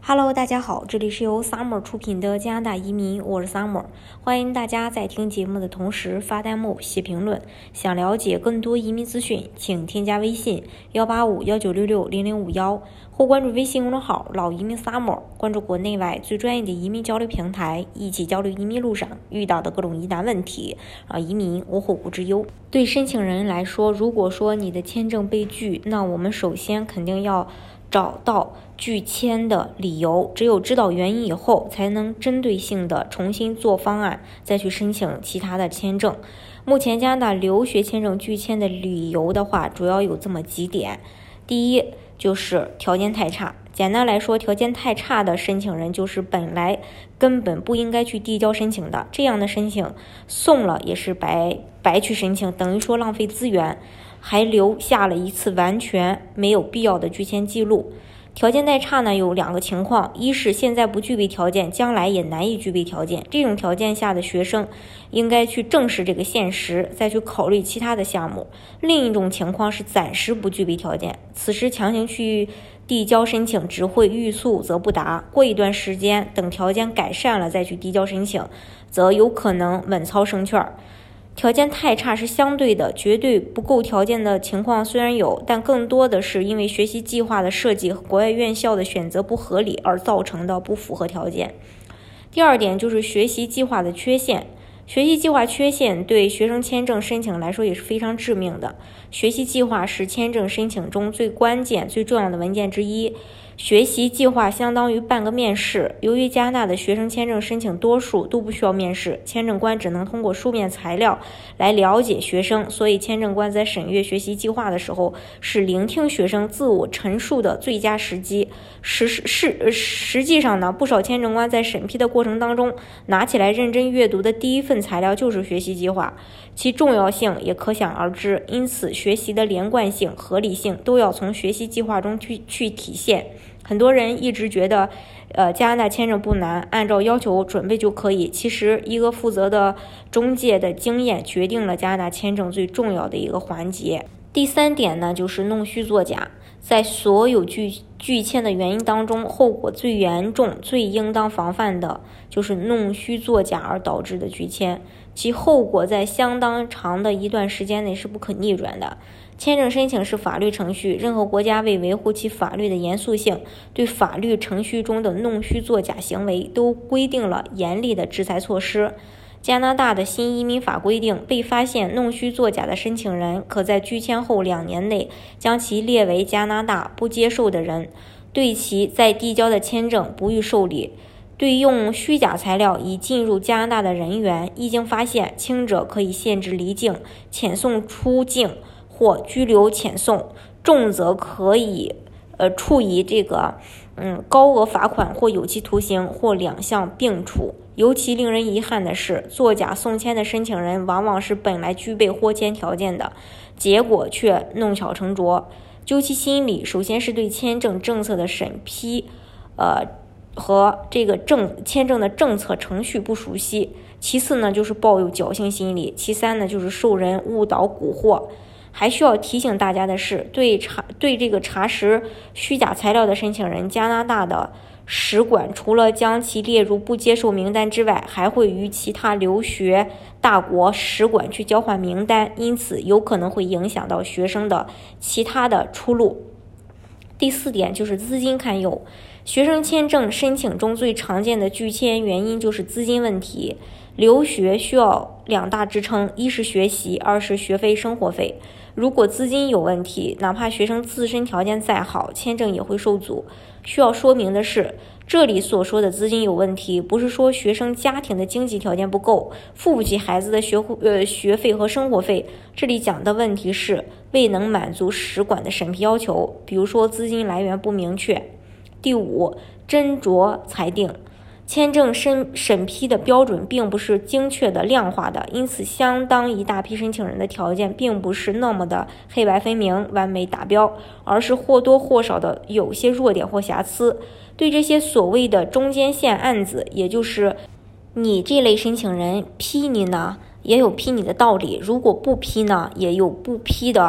Hello， 大家好，这里是由 Summer 出品的加拿大移民，我是 Summer， 欢迎大家在听节目的同时发弹幕、写评论。想了解更多移民资讯，请添加微信18519660051，或关注微信公众号老移民 Summer， 关注国内外最专业的移民交流平台，一起交流移民路上遇到的各种疑难问题，让移民无后顾之忧。对申请人来说，如果说你的签证被拒，那我们首先肯定要找到拒签的理由，只有知道原因以后，才能针对性的重新做方案，再去申请其他的签证。目前加拿大留学签证拒签的理由的话，主要有这么几点。第一，就是条件太差。简单来说，条件太差的申请人就是本来根本不应该去递交申请的，这样的申请送了也是白去申请，等于说浪费资源，还留下了一次完全没有必要的拒签记录。条件太差呢，有两个情况，一是现在不具备条件，将来也难以具备条件，这种条件下的学生应该去正视这个现实，再去考虑其他的项目。另一种情况是暂时不具备条件，此时强行去递交申请只会欲速则不达，过一段时间等条件改善了再去递交申请，则有可能稳操胜券。条件太差是相对的，绝对不够条件的情况虽然有，但更多的是因为学习计划的设计和国外院校的选择不合理而造成的不符合条件。第二点就是学习计划的缺陷。学习计划缺陷对学生签证申请来说也是非常致命的。学习计划是签证申请中最关键、最重要的文件之一。学习计划相当于半个面试，由于加拿大的学生签证申请多数都不需要面试，签证官只能通过书面材料来了解学生，所以签证官在审阅学习计划的时候是聆听学生自我陈述的最佳时机。实际上呢，不少签证官在审批的过程当中拿起来认真阅读的第一份材料就是学习计划，其重要性也可想而知。因此学习的连贯性、合理性都要从学习计划中去体现。很多人一直觉得加拿大签证不难，按照要求准备就可以。其实一个负责的中介的经验决定了加拿大签证最重要的一个环节。第三点呢，就是弄虚作假。在所有拒签的原因当中，后果最严重、最应当防范的就是弄虚作假而导致的拒签，其后果在相当长的一段时间内是不可逆转的。签证申请是法律程序，任何国家为维护其法律的严肃性，对法律程序中的弄虚作假行为都规定了严厉的制裁措施。加拿大的新移民法规定，被发现弄虚作假的申请人，可在拒签后2年内将其列为加拿大不接受的人，对其在递交的签证不予受理。对用虚假材料已进入加拿大的人员，一经发现，轻者可以限制离境、遣送出境或拘留遣送，重则可以处以高额罚款或有期徒刑或2项并处。尤其令人遗憾的是，作假送签的申请人往往是本来具备获签条件的，结果却弄巧成拙。究其心理，首先是对签证政策的审批和这个签证的政策程序不熟悉，其次呢就是抱有侥幸心理，其三呢就是受人误导蛊惑。还需要提醒大家的是，对这个查实虚假材料的申请人，加拿大的使馆除了将其列入不接受名单之外，还会与其他留学大国使馆去交换名单，因此有可能会影响到学生的其他的出路。第4点就是资金堪忧。学生签证申请中最常见的拒签原因就是资金问题。留学需要2大支撑，一是学习，二是学费、生活费。如果资金有问题，哪怕学生自身条件再好，签证也会受阻。需要说明的是，这里所说的资金有问题，不是说学生家庭的经济条件不够，付不起孩子的学费和生活费。这里讲的问题是未能满足使馆的审批要求，比如说资金来源不明确。第5，斟酌裁定。签证审批的标准并不是精确的量化的，因此相当一大批申请人的条件并不是那么的黑白分明、完美达标，而是或多或少的有些弱点或瑕疵。对这些所谓的中间线案子，也就是你这类申请人批你呢，也有批你的道理；如果不批呢，也有不批的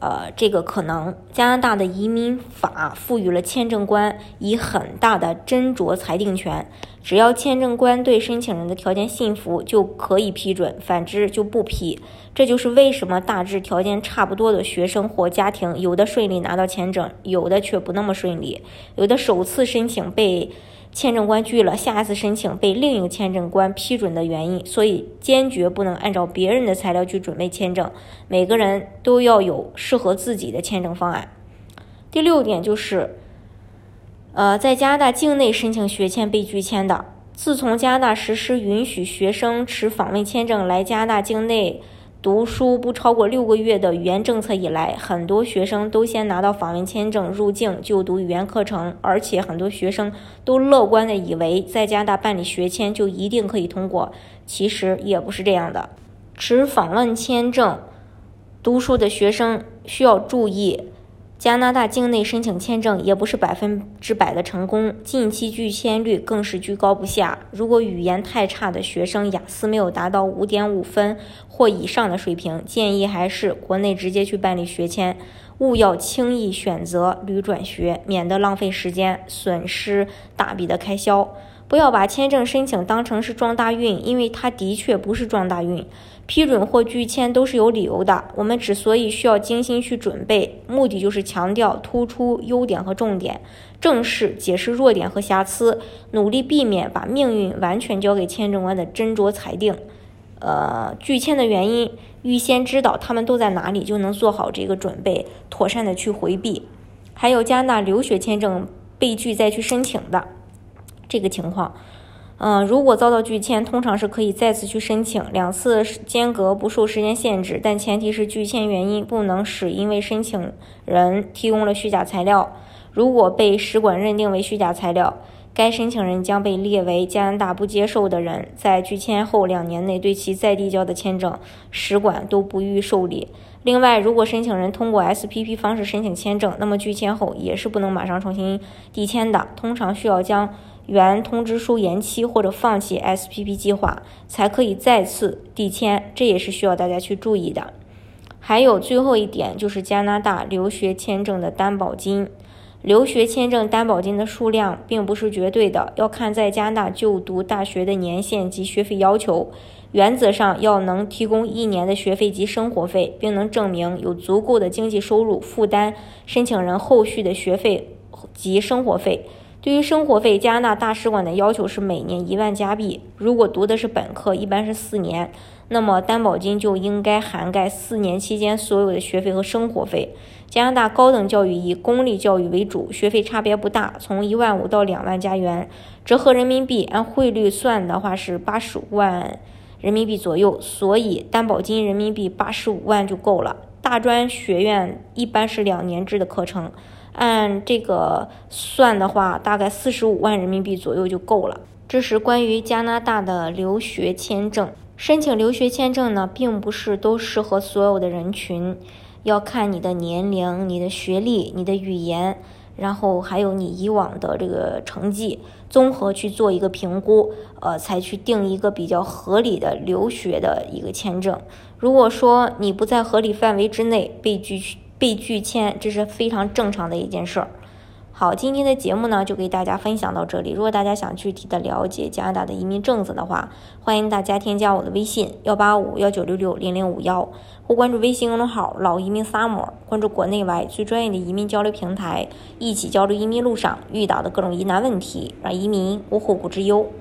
这个可能。加拿大的移民法赋予了签证官以很大的斟酌裁定权，只要签证官对申请人的条件信服，就可以批准，反之就不批。这就是为什么大致条件差不多的学生或家庭，有的顺利拿到签证，有的却不那么顺利，有的首次申请被签证官拒了，下一次申请被另一个签证官批准的原因。所以坚决不能按照别人的材料去准备签证，每个人都要有适合自己的签证方案。第6点就是在加拿大境内申请学签被拒签的。自从加拿大实施允许学生持访问签证来加拿大境内读书不超过6个月的语言政策以来，很多学生都先拿到访问签证入境就读语言课程，而且很多学生都乐观地以为在加拿大办理学签就一定可以通过，其实也不是这样的。持访问签证读书的学生需要注意，加拿大境内申请签证也不是100%的成功，近期拒签率更是居高不下。如果语言太差的学生雅思没有达到5.5分或以上的水平，建议还是国内直接去办理学签，勿要轻易选择旅转学，免得浪费时间，损失大笔的开销。不要把签证申请当成是撞大运，因为它的确不是撞大运，批准或拒签都是有理由的。我们之所以需要精心去准备，目的就是强调突出优点和重点，正视解释弱点和瑕疵，努力避免把命运完全交给签证官的斟酌裁定。拒签的原因预先知道他们都在哪里，就能做好这个准备，妥善的去回避。还有加拿大留学签证被拒再去申请的这个情况，如果遭到拒签，通常是可以再次去申请，2次间隔不受时间限制，但前提是拒签原因不能使因为申请人提供了虚假材料。如果被使馆认定为虚假材料，该申请人将被列为加拿大不接受的人，在拒签后2年内对其再递交的签证，使馆都不予受理。另外，如果申请人通过 SPP 方式申请签证，那么拒签后也是不能马上重新递签的，通常需要将原通知书延期或者放弃 SPP 计划，才可以再次递签，这也是需要大家去注意的。还有最后一点就是加拿大留学签证的担保金。留学签证担保金的数量并不是绝对的，要看在加拿大就读大学的年限及学费要求。原则上要能提供1年的学费及生活费，并能证明有足够的经济收入负担申请人后续的学费及生活费。对于生活费，加拿大大使馆的要求是每年1万加币，如果读的是本科，一般是4年，那么担保金就应该涵盖4年期间所有的学费和生活费。加拿大高等教育以公立教育为主，学费差别不大，从1万5到2万加元，折合人民币按汇率算的话是85万人民币左右，所以担保金人民币85万就够了。大专学院一般是2年制的课程，按这个算的话，大概45万人民币左右就够了。这是关于加拿大的留学签证。申请留学签证呢，并不是都适合所有的人群，要看你的年龄、你的学历、你的语言，然后还有你以往的这个成绩，综合去做一个评估，才去定一个比较合理的留学的一个签证。如果说你不在合理范围之内被拒签，这是非常正常的一件事儿。好，今天的节目呢就给大家分享到这里。如果大家想具体的了解加拿大的移民政策的话，欢迎大家添加我的微信18519660051，或关注微信公众号老移民 Summer， 关注国内外最专业的移民交流平台，一起交流移民路上遇到的各种疑难问题，让移民无后顾之忧。